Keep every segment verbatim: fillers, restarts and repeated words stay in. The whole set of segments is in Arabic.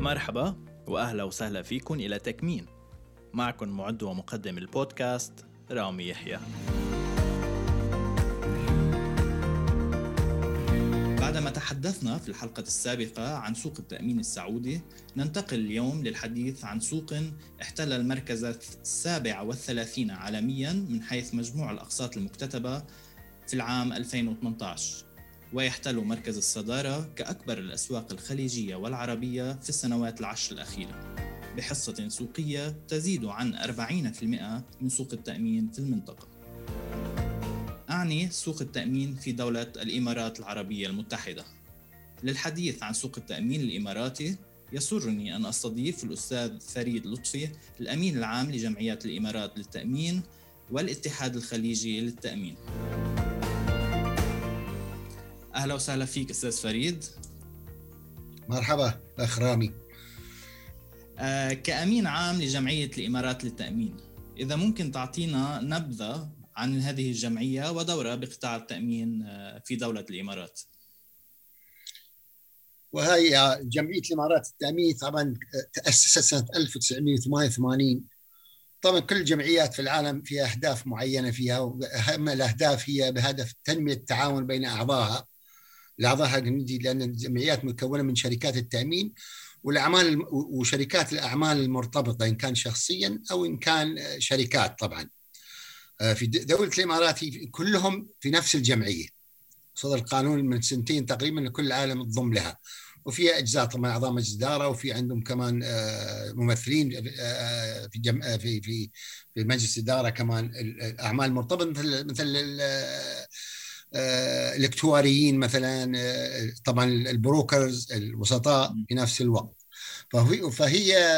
مرحبا وأهلا وسهلا فيكم إلى تكمين. معكم معد ومقدم البودكاست رامي يحيى. بعدما تحدثنا في الحلقة السابقة عن سوق التأمين السعودي، ننتقل اليوم للحديث عن سوق احتل المركز السابع والثلاثين عالمياً من حيث مجموع الأقساط المكتتبة في العام ألفين وثمانية عشر، ويحتل مركز الصدارة كأكبر الأسواق الخليجية والعربية في السنوات العشر الأخيرة، بحصة سوقية تزيد عن أربعين بالمئة من سوق التأمين في المنطقة. أعني سوق التأمين في دولة الإمارات العربية المتحدة. للحديث عن سوق التأمين الإماراتي يسرني أن أستضيف الأستاذ فريد لطفي، الأمين العام لجمعيات الإمارات للتأمين والاتحاد الخليجي للتأمين. أهلا وسهلا فيك أستاذ فريد. مرحبا أخ رامي. آه كأمين عام لجمعية الإمارات للتأمين، إذا ممكن تعطينا نبذة عن هذه الجمعية ودورها بقطاع التأمين في دولة الإمارات. وهي جمعية الإمارات للتأمين طبعا تأسست سنة ألف وتسعمائة وثمانية وثمانين. طبعا كل الجمعيات في العالم فيها أهداف معينة فيها، وأهم الأهداف هي بهدف تنمية التعاون بين أعضائها. الأعضاء لأن الجمعيات مكونة من شركات التأمين والأعمال وشركات الأعمال المرتبطة، إن كان شخصيا أو إن كان شركات. طبعا في دولة الإمارات كلهم في نفس الجمعية، صدر القانون من سنتين تقريبا كل العالم تضم لها، وفيها أجزاء طبعا أعضاء مجلس إدارة، وفي عندهم كمان ممثلين في جم... في في في مجلس إدارة كمان الأعمال المرتبطة، مثل مثل الإكتواريين مثلا، طبعا البروكرز الوسطاء في نفس الوقت. فهي, فهي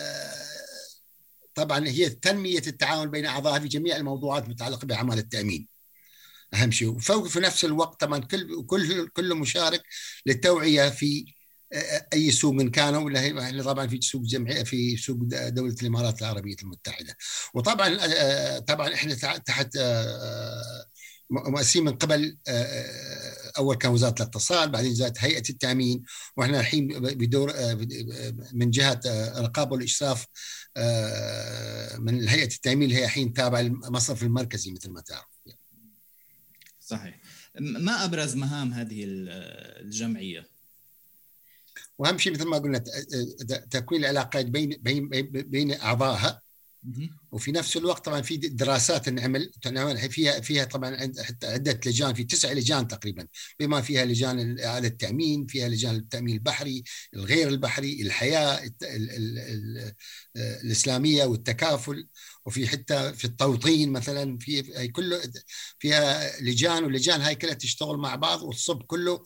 طبعا هي تنمية التعاون بين أعضائها في جميع الموضوعات المتعلقة بأعمال التأمين أهم شيء. وفوق في نفس الوقت طبعا كل كل كل مشارك للتوعية في أي سوق كانوا، ولا احنا طبعا في سوق جمعية في سوق دولة الإمارات العربية المتحدة. وطبعا طبعا احنا تحت مؤسسين من قبل، أول كان وزارة الاتصال، بعدين زادت هيئة التأمين، وإحنا الحين بدور من جهة الرقابة والإشراف من هيئة التأمين اللي هي الحين تابعة المصرف المركزي مثل ما تعرف. صحيح. ما أبرز مهام هذه الجمعية؟ وأهم شيء مثل ما قلنا تكوين العلاقات بين بين بين أعضائها، وفي نفس الوقت طبعا في دراسات نعمل فيها فيها طبعا عده لجان، في تسع لجان تقريبا، بما فيها لجان على التامين، فيها لجان التامين البحري، الغير البحري، الحياه ال ال ال الاسلاميه والتكافل، وفي حتى في التوطين مثلا، في كله فيها لجان، واللجان هاي كلها تشتغل مع بعض وتصب كله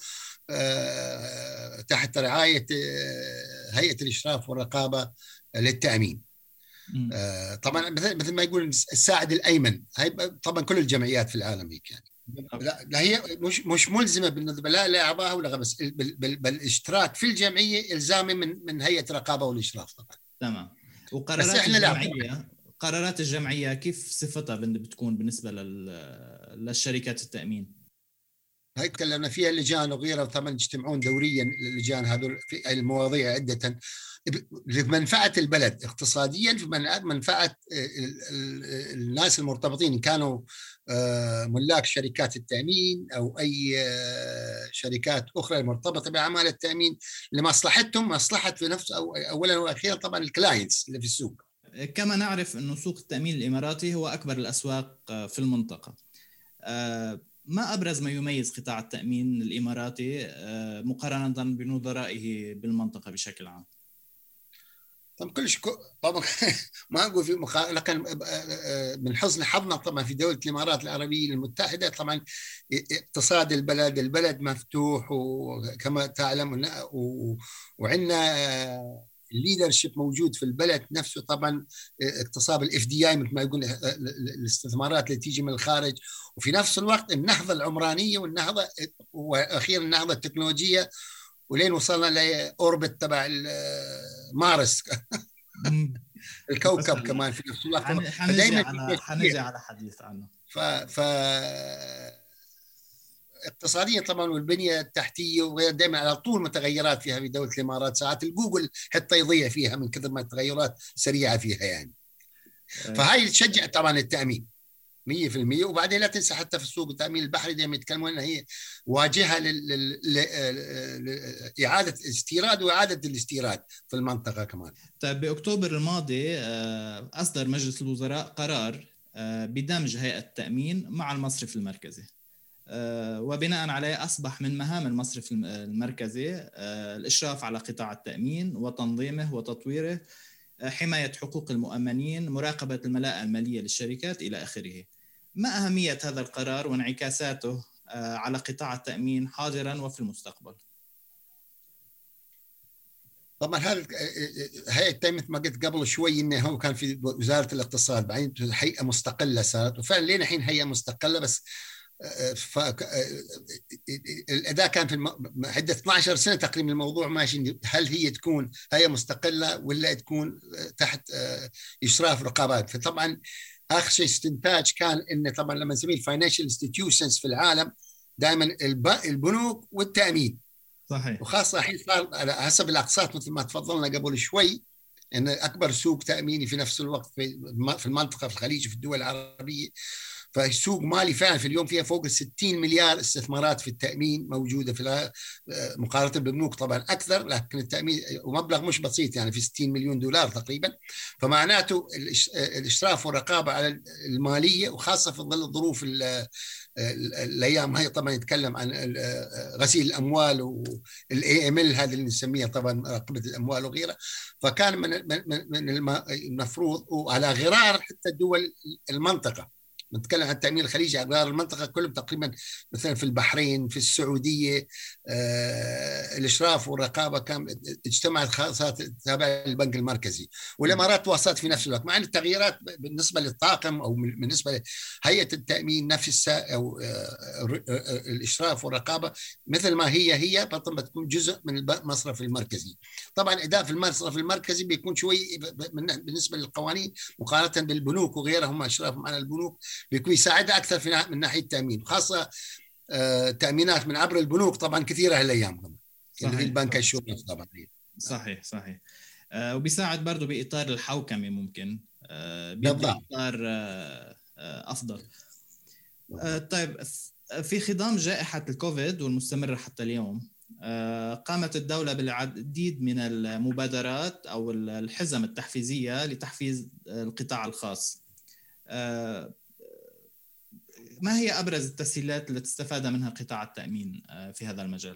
تحت رعايه هيئه الاشراف والرقابه للتامين. آه طبعا مثل مثل ما يقول الساعد الايمن، هاي طبعا كل الجمعيات في العالم هيك يعني. لا, لا هي مش مش ملزمه بالنسبه لا لاعضائها ولا، بس بالاشتراك في الجمعيه الزامي من من هيئه الرقابه والاشراف طبعا. تمام. وقرارات الجمعيه قرارات الجمعيه كيف صفتها بتكون بالنسبه للشركات التامين؟ هاي تكلمنا فيها لجان وغيرها، طبعا يجتمعون دوريا اللجان هذول في المواضيع عده لمنفعة البلد اقتصاديا، في منفعة الناس المرتبطين، كانوا ملاك شركات التأمين أو أي شركات أخرى مرتبطة بأعمال التأمين، لمصلحتهم مصلحة في نفس أو أولا وأخيرا طبعا الكلاينتس اللي في السوق. كما نعرف أنه سوق التأمين الإماراتي هو أكبر الأسواق في المنطقة. ما أبرز ما يميز قطاع التأمين الإماراتي مقارنة بنظرائه بالمنطقة بشكل عام؟ طبعا كل شيء طبعا ما اقول في مخ... لكن من حسن حظنا طبعا في دوله الامارات العربيه المتحده طبعا اقتصاد البلد البلد مفتوح، وكما تعلم و... وعندنا الليدرشيب موجود في البلد نفسه. طبعا اقتصاد الاف دي اي مثل ما يقول الاستثمارات اللي تيجي من الخارج، وفي نفس الوقت النهضه العمرانيه والنهضه واخيرا النهضه التكنولوجيه، ولين وصلنا لأوربت تبع مارس الكوكب كمان في نفس الوقت. حنجي على حنجي على حديث عنه. ف ف اقتصاديا طبعا والبنيه التحتيه وغير دائما على طول متغيرات فيها في دوله الامارات، ساعات الجوجل حتى يضيع فيها من كثر ما التغيرات سريعه فيها يعني. فهاي تشجع طبعا التامين مية بالمية. وبعدين لا تنسى حتى في السوق التامين البحري دائما يتكلمون انها هي واجهه لاعاده الاستيراد واعاده الاستيراد في المنطقه كمان. طيب باكتوبر الماضي اصدر مجلس الوزراء قرار بدمج هيئه التامين مع المصرف المركزي، وبناء عليه اصبح من مهام المصرف المركزي الاشراف على قطاع التامين وتنظيمه وتطويره، حماية حقوق المؤمنين، مراقبة الملاءة المالية للشركات إلى آخره. ما أهمية هذا القرار وانعكاساته على قطاع التأمين حاضراً وفي المستقبل؟ طبعا هذا هيئة التأمين مثل ما قلت قبل شوي انه هو كان في وزارة الاقتصاد، بعدين هيئة مستقلة صارت، وفعلا لين الحين هيئة مستقلة. بس ف... الاداء كان في الم... عده اثنتي عشرة سنه تقريبا الموضوع ماشي، هل هي تكون هيئه مستقله ولا تكون تحت اشراف رقابات. فطبعا اخر شيء استنتاج كان انه طبعا لما نسميه الفاينانشال انستتيوشنز في العالم دائما الب... البنوك والتامين صحيح، وخاصه الحين صار على حسب الاقساط مثل ما تفضلنا قبل شوي ان اكبر سوق تاميني في نفس الوقت في المنطقه في الخليج وفي الدول العربيه. فالسوق مالي فعلا في اليوم فيها فوق ستين مليار استثمارات في التأمين موجودة في مقارنة بالبنوك طبعا أكثر، لكن التأمين ومبلغ مش بسيط يعني في ستين مليون دولار تقريبا. فمعناته الإشراف والرقابة على المالية وخاصة في ظل الظروف الايام هاي طبعا يتكلم عن غسيل الاموال والاي ام ال هذه اللي نسميها طبعا مراقبه الاموال وغيرها. فكان من من المفروض وعلى غرار حتى دول المنطقه، نتكلم عن التأمين الخليجي على غرار المنطقة كلهم تقريبا، مثلا في البحرين في السعودية آه الإشراف والرقابة كان اجتمعت خاصات تابعة للبنك المركزي، والإمارات واصلت في نفس الوقت. مع أن التغييرات بالنسبة للطاقم أو بالنسبة لهيئة التأمين نفسها أو آه الإشراف والرقابة مثل ما هي هي طبعا تكون جزء من المصرف المركزي. طبعا أداء في المصرف المركزي بيكون شوي بالنسبة للقوانين مقارنة بالبنوك وغيرها، هم إشرافهم على البنوك بيكون يساعدها أكثر في من ناحية التأمين، خاصة آه تأمينات من عبر البنوك طبعا كثيرة هالأيام اللي في البنك الشورنس طبعا. صحيح صحيح آه وبيساعد برضو بإطار الحوكمة ممكن آه بإطار آه آه أفضل. آه طيب في خضام جائحة الكوفيد والمستمرة حتى اليوم آه قامت الدولة بالعديد من المبادرات أو الحزم التحفيزية لتحفيز القطاع الخاص. آه ما هي أبرز التسهيلات التي استفاد منها قطاع التأمين في هذا المجال؟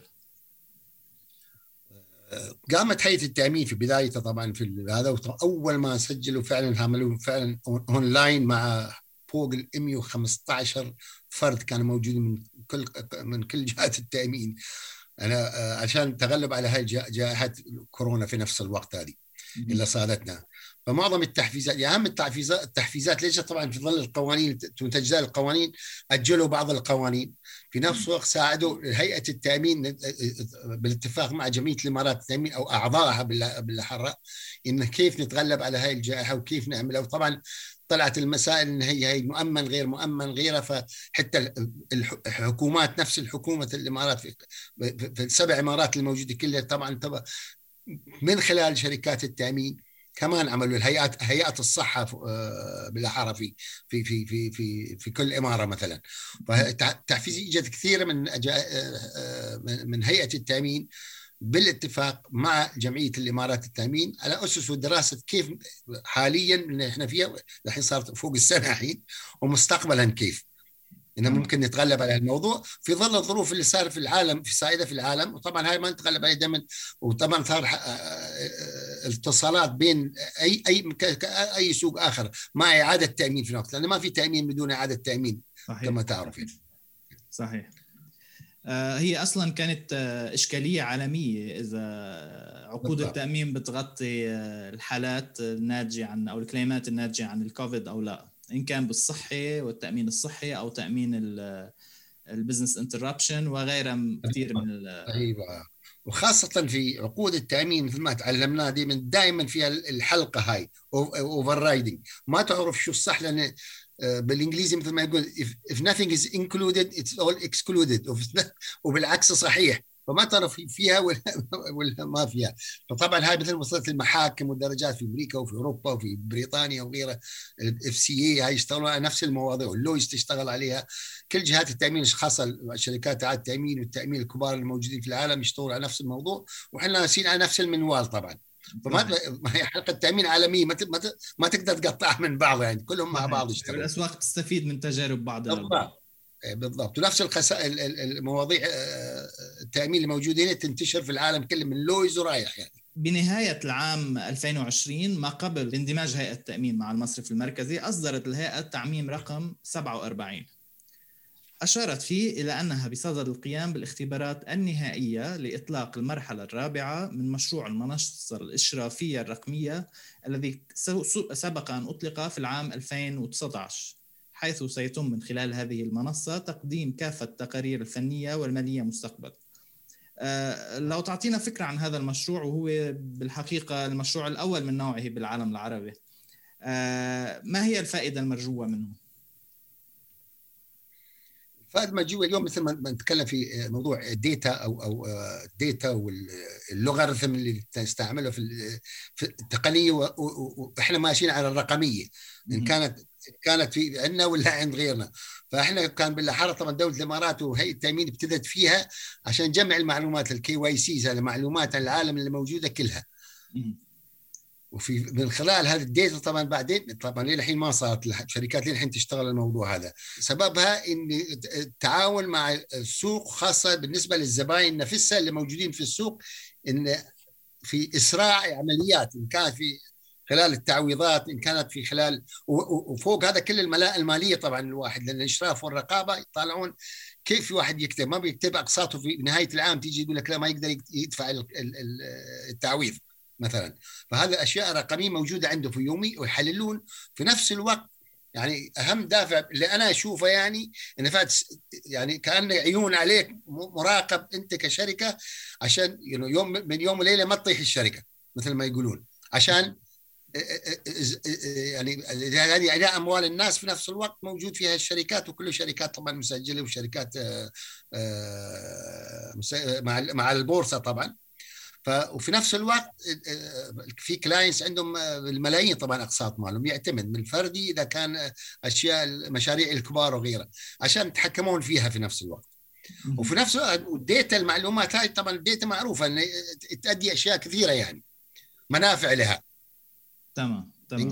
قامت هيئة التأمين في بدايته طبعا في هذا، أول ما سجلوا فعلا عملوا فعلا أونلاين مع فوق ال مئة وخمسة عشر فرد كانوا موجودين من كل من كل جهات التأمين، أنا عشان تغلب على هاي جائحة كورونا في نفس الوقت هذه اللي صادتنا. فمعظم التحفيزات اهم التحفيزات التحفيزات ليش طبعا في ظل القوانين تجزئ القوانين اجلوا بعض القوانين، في نفس الوقت ساعدوا هيئه التامين بالاتفاق مع جمعيه الامارات التامين او اعضائها بالاحرى ان كيف نتغلب على هاي الجائحه وكيف نعملها. وطبعا طلعت المسائل ان هي هي مؤمن غير مؤمن غيرها، فحتى الحكومات نفس الحكومه الامارات في, في السبع امارات الموجوده كلها طبعا من خلال شركات التامين كمان عملوا الهيئات هيئات الصحه بالاحرى في في في في في في كل اماره مثلا. فالتحفيز اجت كثير من من هيئه التامين بالاتفاق مع جمعيه الامارات التامين على اسس ودراسه كيف حاليا اللي احنا فيها الحين صارت فوق السنه الحين ومستقبلا كيف إنه ممكن نتغلب على الموضوع في ظل الظروف اللي صار في العالم في سائدة في العالم. وطبعا هاي ما نتغلب عليها دائما، وطبعا صار اتصالات بين أي أي أي سوق آخر مع إعادة تأمين في الوقت، لأن ما في تأمين بدون إعادة تأمين. صحيح. كما تعرف يعني. صحيح. هي أصلا كانت إشكالية عالمية إذا عقود بالضبط. التأمين بتغطي الحالات الناتجة عن أو الكليمات الناتجة عن الكوفيد أو لا، إن كان بالصحي والتأمين الصحي أو تأمين البزنس انتربشن وغيرها كثير من أيوة. وخاصة في عقود التأمين مثل ما تعلمنا دائما دائما فيها الحلقة هاي اوفر رايدنج، ما تعرف شو الصح، لأن بالانجليزي مثل ما يقول if, if nothing is included it's all excluded وبالعكس صحيح. فما تعرف فيها ولا ولا ما فيها. فطبعا هاي مثل وصلت المحاكم والدرجات في امريكا وفي اوروبا وفي بريطانيا وغيرها. الاف سي اي هاي يشتغلون على نفس المواضيع واللويس تشتغل عليها. كل جهات التامين الخاصه شركات اعاده التامين والتامين الكبار الموجودين في العالم يشتغلون على نفس الموضوع وحنا ناسين على نفس المنوال طبعا. فما هي حلقه تامين عالميه ما ما تقدر تقطعها من بعض يعني كلهم مع بعض يشتغلون. الاسواق تستفيد من تجارب بعض البعض. بالضبط. ونفس الخسائر المواضيع التأمين الموجودة هنا تنتشر في العالم كله من لويز ورايح يعني. بنهاية العام ألفين وعشرين ما قبل اندماج هيئة التأمين مع المصرف المركزي أصدرت الهيئة تعميم رقم سبعة وأربعين أشارت فيه إلى أنها بصدد القيام بالاختبارات النهائية لإطلاق المرحلة الرابعة من مشروع المنصة الإشرافية الرقمية الذي سبق أن أطلق في العام ألفين وتسعة عشر، حيث سيتم من خلال هذه المنصة تقديم كافة التقارير الفنية والمالية مستقبلا. أه لو تعطينا فكرة عن هذا المشروع، وهو بالحقيقة المشروع الأول من نوعه بالعالم العربي، أه ما هي الفائدة المرجوة منه؟ الفائدة المرجوة اليوم مثل ما نتكلم في موضوع الديتا أو أو الديتا واللوغاريتم اللي تستعمله في في التقنية، وإحنا ماشيين على الرقمية إن كانت كانت في عندنا ولا عند غيرنا. فاحنا كان بالاحرى طبعا دوله الامارات وهيئه التامين ابتدت فيها عشان جمع المعلومات الكي واي سيز، هذه معلومات العالم اللي موجوده كلها. وفي من خلال هذا الديتا طبعا بعدين طبعا للحين ما صارت الشركات للحين تشتغل الموضوع هذا. سببها ان التعاون مع السوق خاصه بالنسبه للزباين نفسها اللي موجودين في السوق، ان في اسراع عمليات ان كانت في خلال التعويضات، إن كانت في خلال وفوق هذا كل الملاءة المالية طبعا الواحد، لأن الإشراف والرقابة يطالعون كيف واحد يكتب ما بيكتب أقساطه في نهاية العام تيجي يقول لك لا ما يقدر يدفع التعويض مثلا. فهذا أشياء رقمية موجودة عنده في يومي ويحللون في نفس الوقت. يعني أهم دافع اللي أنا أشوفه يعني إن فات يعني كأن عيون عليك مراقب أنت كشركة عشان يوم من يوم وليلة ما تطيح الشركة مثل ما يقولون، عشان يعني هذه أداء أموال الناس في نفس الوقت موجود فيها الشركات، وكل شركات طبعا مسجلة وشركات مع مع البورصة طبعا. وفي نفس الوقت في كلاينتس عندهم الملايين طبعا أقساط مالهم، يعتمد من الفردي إذا كان أشياء المشاريع الكبار وغيرها عشان يتحكمون فيها في نفس الوقت. وفي نفس الوقت الديتا المعلومات هاي طبعا الديتا معروفة أن تؤدي أشياء كثيرة يعني منافع لها. تمام تمام.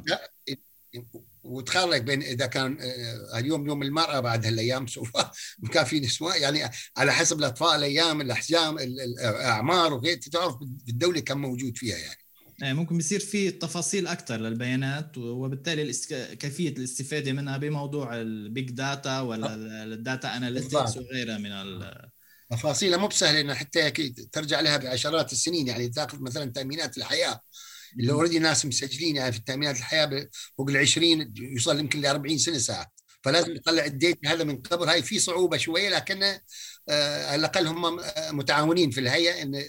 وتخرج بين اذا كان اليوم يوم المراه بعد هالايام سوف كان في نسوان يعني على حسب الاطفال الايام الاحجام الاعمار وغير تعرف بالدوله كم موجود فيها يعني. ممكن بيصير في تفاصيل اكثر للبيانات وبالتالي كيفيه الاستفاده منها بموضوع البيج داتا ولا الداتا اناليتكس وغيرها من ال تفاصيلها مو بسهله انه حتى ترجع لها بعشرات السنين. يعني تاخذ مثلا تامينات الحياه اللي اوريدي ناس مسجلين يعني في التامينات الحياه فوق ال عشرين يوصل يمكن ل أربعين سنه ساعه، فلازم يطلع الديت هذا من قبل. هاي في صعوبه شويه لكن آه على الاقل هم متعاونين في الهيئه ان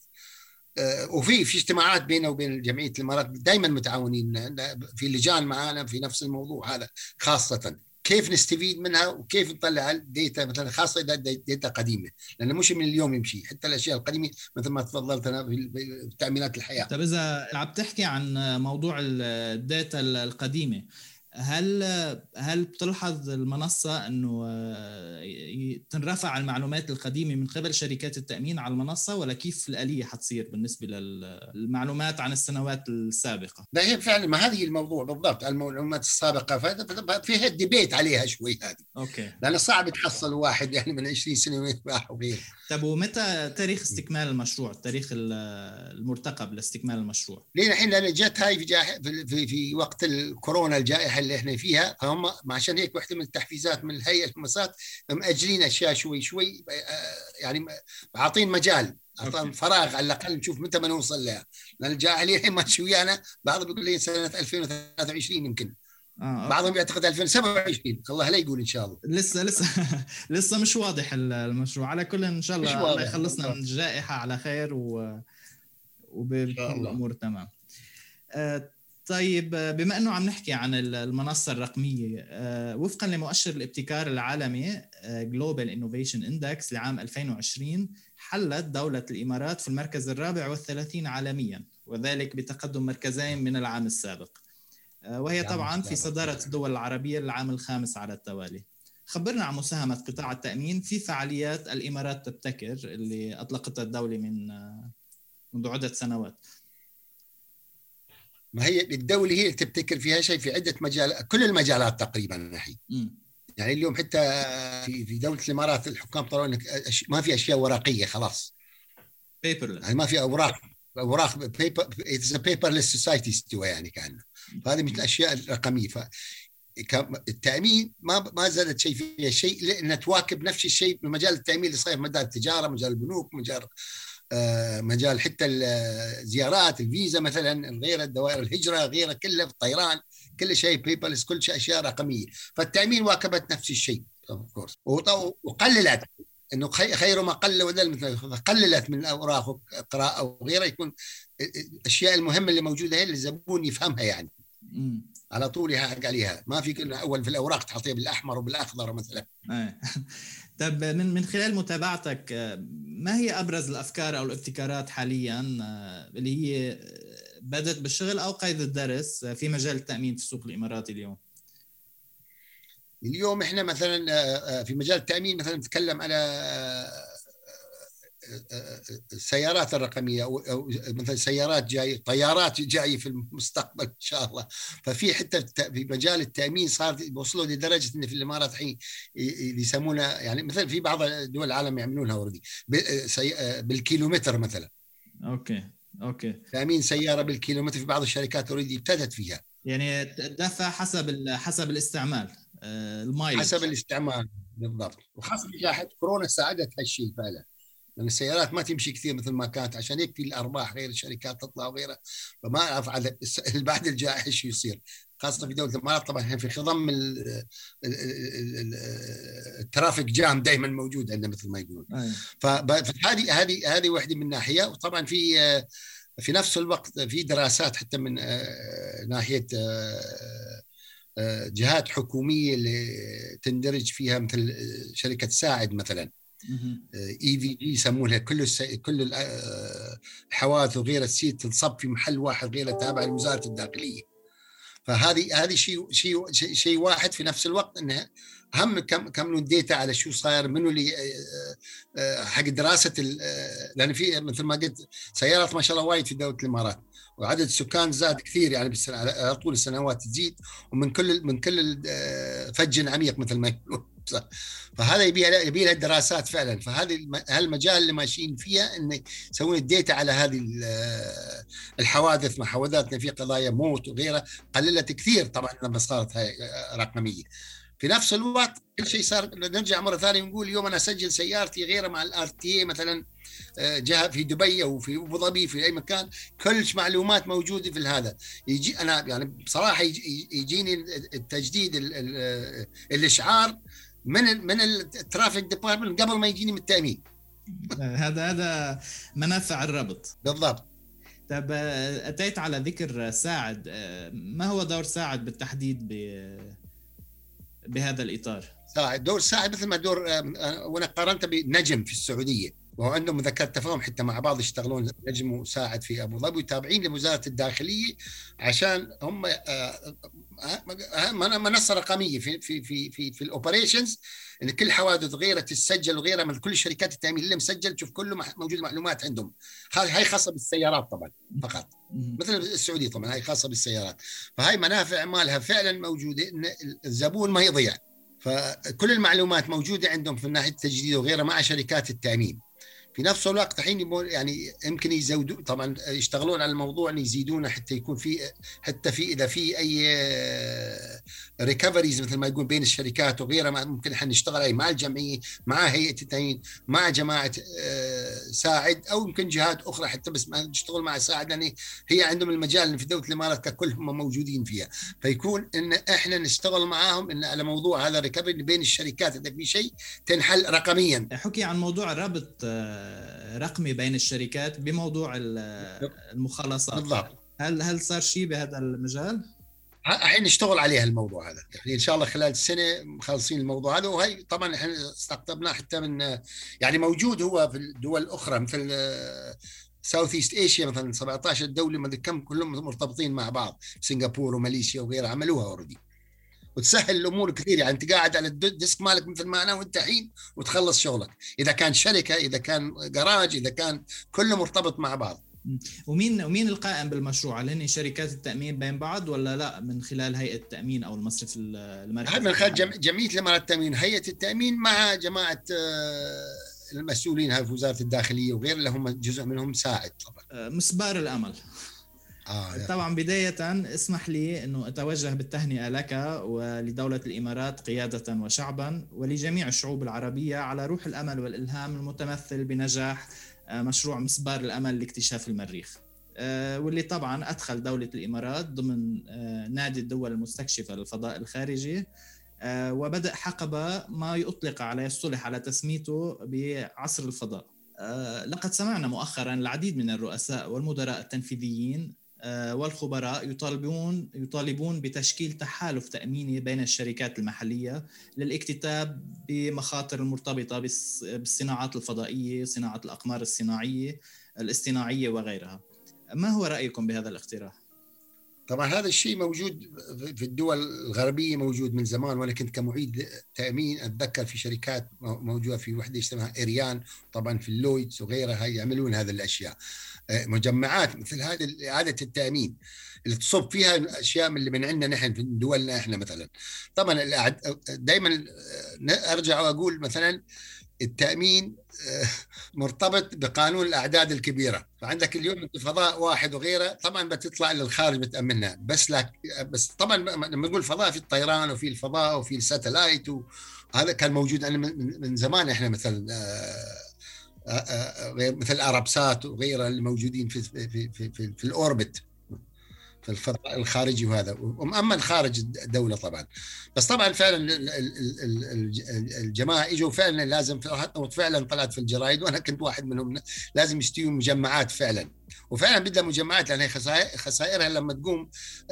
آه وفي في اجتماعات بينه وبين جمعيه الامارات دائما متعاونين في لجان معانا في نفس الموضوع هذا، خاصه كيف نستفيد منها وكيف نطلع الديتا مثلا خاصه اذا ديتا قديمه، لانه مش من اليوم يمشي حتى الاشياء القديمه مثل ما تفضلت انا في تامينات الحياه. طيب اذا عم تحكي عن موضوع الديتا القديمه، هل هل بتلحظ المنصه انه تنرفع المعلومات القديمه من قبل شركات التامين على المنصه، ولا كيف الاليه حتصير بالنسبه للمعلومات عن السنوات السابقه؟ لا هي فعلا ما هذه الموضوع بالضبط المعلومات السابقه فيها ديبيت عليها شوي هذه. اوكي. لانه صعب تحصل واحد يعني من عشرين سنه ويتباع وغيره. طب ومتى تاريخ استكمال المشروع، التاريخ المرتقب لاستكمال المشروع؟ لين الحين لان جت هاي في, في في وقت الكورونا الجائحه اللي احنا فيها، فهم عشان هيك واحده من التحفيزات من الهيئه المسات مأجلين اشياء شوي شوي يعني عاطين مجال عطان فراغ على الاقل نشوف متى ما نوصل لها، لان الجاهلين الحين ماشي ويانا بعضهم بيقول لي سنه ألفين وثلاثة وعشرين يمكن. آه، بعضهم يعتقد ألفين وسبعة وعشرين، الله لا يقول ان شاء الله. لسه لسه لسه مش واضح المشروع. على كل ان شاء الله الله يخلصنا من الجائحه على خير و وبكل الامور تمام. آه طيب بما أنه عم نحكي عن المنصة الرقمية، وفقا لمؤشر الابتكار العالمي Global Innovation Index لعام ألفين وعشرين، حلت دولة الإمارات في المركز الرابع والثلاثين عالميا، وذلك بتقدم مركزين من العام السابق، وهي طبعا في صدارة الدول العربية للعام الخامس على التوالي. خبرنا عن مساهمة قطاع التأمين في فعاليات الإمارات تبتكر اللي أطلقتها الدولة من منذ عدة سنوات. ما هي الدولة هي اللي تبتكر فيها شيء في عدة مجالات، كل المجالات تقريبا نحن. يعني اليوم حتى في في دولة الإمارات الحكام طلعوا إنك ما في أشياء ورقية خلاص. paperless. يعني ما في أوراق أوراق paper it's a paperless society استوى يعني كأنه. فهذه من الأشياء الرقمية. فالتأمين ما ما زالت شيء فيها شيء لأنها تواكب نفس الشيء بمجال التأمين اللي صاير في مجال التجارة، مجال البنوك، مجال مجال حتى الزيارات، الفيزا مثلا، غير الدوائر الهجرة، غير كله في الطيران، كل شيء بيبرلس، كل شيء أشياء رقمية. فالتأمين واكبت نفس الشيء وقللت، إنه خير ما قل ودل، قللت من الأوراق وقراءة وغيرها، يكون الأشياء المهمة اللي موجودة هي اللي الزبون يفهمها يعني على طول يحق عليها. ما في كل أول في الأوراق تحطيها بالأحمر وبالأخضر مثلا. طب من من خلال متابعتك، ما هي أبرز الأفكار أو الابتكارات حالياً اللي هي بدأت بالشغل أو قيد الدرس في مجال التأمين في السوق الإماراتي اليوم؟ اليوم إحنا مثلاً في مجال التأمين مثلاً نتكلم على السيارات الرقمية، أو مثلا سيارات جاي، طيارات جاي في المستقبل إن شاء الله. ففي حتى في مجال التأمين صار وصلوا لدرجة إن في الإمارات الحين يسمونها، يعني مثلا في بعض دول العالم يعملونها وردي بالكيلومتر مثلا. أوكي أوكي. تأمين سيارة بالكيلومتر في بعض الشركات وردي ابتدت فيها. يعني دفع حسب حسب الاستعمال، المايل حسب الاستعمال بالضبط. وخاصة جائحة كورونا ساعدت هالشيء فعلا، لأن السيارات ما تمشي كثير مثل ما كانت، عشان هيك في الأرباح غير الشركات تطلع وغيرها. فما أعرف على بعد الجائحة شو يصير، خاصة في دولة الإمارات. طبعا احنا في خضم الترافيك جام دائما موجود عندنا مثل ما يقولون. فهذه هذه هذه واحدة من ناحية. وطبعا في في نفس الوقت في دراسات حتى من ناحية جهات حكومية اللي تندرج فيها مثل شركة ساعد مثلا، اي في جي يسمونها، كل السي... كل الحوادث وغيرها تصير تنصب في محل واحد غير تابع لوزارة الداخلية. فهذه هذه شيء شيء شيء واحد. في نفس الوقت انها هم كم كم الديتا على شو صاير منه اللي حق دراسة، لأن في مثل ما قلت سيارات ما شاء الله وايد في دولة الإمارات، وعدد السكان زاد كثير يعني بالسنة على طول السنوات تزيد، ومن كل من كل فج عميق مثل ما يقولون. فهذا يبي يبي لها دراسات فعلا. فهذه هالمجال اللي ماشيين فيها انه يسوون الديتا على هذه الحوادث، مع حوادثنا في قضايا موت وغيرها قللت كثير طبعا لما صارت هاي رقميه. في نفس الوقت كل شيء صار، نرجع مره ثانيه نقول اليوم انا اسجل سيارتي غيره مع الار تي اي مثلا جهه في دبي او في ابو ظبي في اي مكان، كل معلومات موجوده في هذا. يجي انا يعني بصراحه يجي يجيني التجديد الاشعار من من الترافيك ديبارتمنت قبل ما يجيني من التامين. هذا هذا منافع الربط بالضبط. طب اتيت على ذكر ساعد، ما هو دور ساعد بالتحديد بهذا الاطار؟ ساعد دور ساعد مثل ما دور، وانا قارنته بنجم في السعوديه، وهو عندهم مذكرة تفاهم حتى مع بعض يشتغلون نجم وساعد في ابو ظبي، وتابعين لوزاره الداخليه عشان هم منصه رقميه في في في في, في الاوبريشنز، ان كل حوادث غيره تسجل وغيرها من كل شركات التامين اللي مسجل، تشوف كله موجود معلومات عندهم. هاي خاصه بالسيارات طبعا فقط، مثل السعوديه طبعا هاي خاصه بالسيارات. فهاي منافع مالها فعلا موجوده، ان الزبون ما يضيع. فكل المعلومات موجوده عندهم في ناحيه التجديد وغيرها مع شركات التامين. في نفس الوقت الحين يعني يمكن يزودوا طبعا، يشتغلون على الموضوع ان يزيدونه حتى يكون في حتى في اذا في اي ريكفريز مثل ما يقول بين الشركات وغيرها، ممكن احنا نشتغل مع الجمعيه، مع هيئه التامين، مع جماعه ساعد، او يمكن جهات اخرى حتى بس ما نشتغل مع ساعد، لان هي عندهم المجال في دوله الامارات ككل هم موجودين فيها. فيكون ان احنا نشتغل معاهم ان على موضوع هذا ريكفري بين الشركات، اذا في شيء تنحل رقميا. حكي عن موضوع الربط رقمي بين الشركات بموضوع المخالصات. بالضبط هل هل صار شيء بهذا المجال؟ الحين نشتغل عليه الموضوع هذا، يعني ان شاء الله خلال السنه مخلصين الموضوع هذا. وهي طبعا احنا استقطبناه حتى من، يعني موجود هو في الدول الاخرى مثل ساوث ايست ايشيا مثلا، سبعة عشر دوله ما كم كلهم مرتبطين مع بعض، سنغافوره وماليزيا وغيرها عملوها اوريدي، وتسهل الامور كثير. يعني انت قاعد على الديسك مالك مثل ما انا وانت الحين وتخلص شغلك، اذا كان شركه، اذا كان جراج، اذا كان كله مرتبط مع بعض. ومين ومين القائم بالمشروع؟ هل هن شركات التامين بين بعض ولا لا من خلال هيئه التامين او المصرف المركزي؟ من خلال جمعيه الامارات التامين، هيئه التامين مع جماعه المسؤولين في وزاره الداخليه وغير، اللي هم جزء منهم ساعد طبعا. مسبار الامل. آه طبعا بداية اسمح لي أنه أتوجه بالتهنئة لك ولدولة الإمارات قيادة وشعبا ولجميع الشعوب العربية على روح الأمل والإلهام المتمثل بنجاح مشروع مسبار الأمل لاكتشاف المريخ، واللي طبعا أدخل دولة الإمارات ضمن نادي الدول المستكشفة للفضاء الخارجي، وبدأ حقبة ما يطلق عليه الصلح على تسميته بعصر الفضاء. لقد سمعنا مؤخرا العديد من الرؤساء والمدراء التنفيذيين والخبراء يطالبون يطالبون بتشكيل تحالف تأميني بين الشركات المحلية للاكتتاب بمخاطر المرتبطة بالصناعات الفضائية، صناعة الأقمار الصناعية الاصطناعية وغيرها. ما هو رأيكم بهذا الاقتراح؟ طبعا هذا الشيء موجود في الدول الغربية، موجود من زمان، وأنا كنت كمعيد تأمين أتذكر في شركات موجودة، في وحدة اسمها إيريان طبعا في اللويدز وغيرها يعملون هذه الأشياء، مجمعات مثل هذه إعادة التأمين اللي تصب فيها أشياء من اللي من عندنا نحن في دولنا إحنا مثلا. طبعا دائما أرجع وأقول مثلا التأمين مرتبط بقانون الأعداد الكبيرة، فعندك اليوم فضاء واحد وغيره طبعا بتطلع للخارج بتأمنها، بس لك بس طبعا لما نقول فضاء في الطيران وفي الفضاء وفي الساتلايت، وهذا كان موجود أنا من زمان. إحنا مثلا غير مثل الأرابسات وغيرها اللي موجودين في في في في, في الأوربت في الفضاء الخارجي، وهذا وأما الخارج الدولة طبعا. بس طبعا فعلا الجماعة اجوا فعلا لازم، فعلا طلعت في الجرائد وانا كنت واحد منهم، لازم يستووا مجمعات فعلا، وفعلا بدها مجمعات لان خسائرها لما تقوم